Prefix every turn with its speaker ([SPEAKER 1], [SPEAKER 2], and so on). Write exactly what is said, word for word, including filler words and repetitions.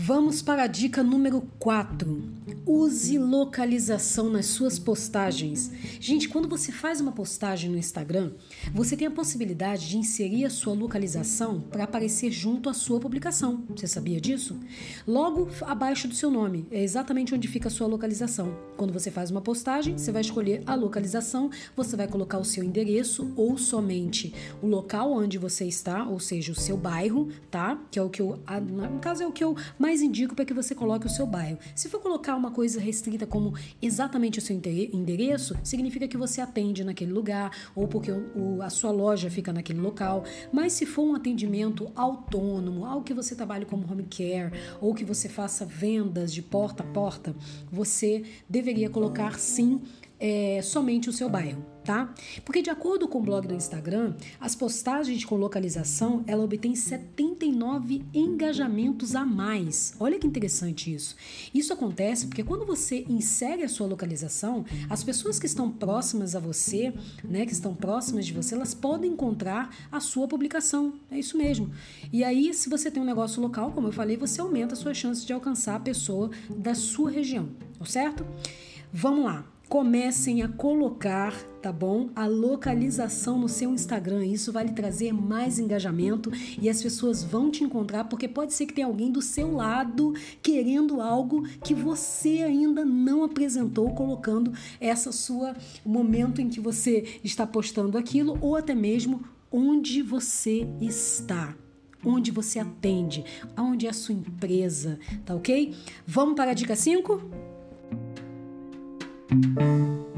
[SPEAKER 1] Vamos para a dica número quatro. Use localização nas suas postagens. Gente, quando você faz uma postagem no Instagram, você tem a possibilidade de inserir a sua localização para aparecer junto à sua publicação. Você sabia disso? Logo abaixo do seu nome, é exatamente onde fica a sua localização. Quando você faz uma postagem, você vai escolher a localização, você vai colocar o seu endereço ou somente o local onde você está, ou seja, o seu bairro, tá? Que é o que eu, no caso é o que eu mais indico para que você coloque o seu bairro. Se for colocar uma coisa restrita como exatamente o seu endereço, significa que você atende naquele lugar ou porque o, a sua loja fica naquele local. Mas se for um atendimento autônomo, algo que você trabalhe como home care ou que você faça vendas de porta a porta, você deveria colocar sim É, somente o seu bairro, tá? Porque de acordo com o blog do Instagram, as postagens com localização, ela obtém setenta e nove engajamentos a mais. Olha que interessante isso. Isso acontece porque quando você insere a sua localização, as pessoas que estão próximas a você, né, que estão próximas de você, elas podem encontrar a sua publicação. É isso mesmo. E aí, se você tem um negócio local, como eu falei, você aumenta as suas chances de alcançar a pessoa da sua região, tá certo? Vamos lá. Comecem a colocar, tá bom? A localização no seu Instagram. Isso vai lhe trazer mais engajamento e as pessoas vão te encontrar porque pode ser que tenha alguém do seu lado querendo algo que você ainda não apresentou, colocando essa sua momento em que você está postando aquilo ou até mesmo onde você está. Onde você atende, aonde é a sua empresa, tá ok? Vamos para a dica cinco? Música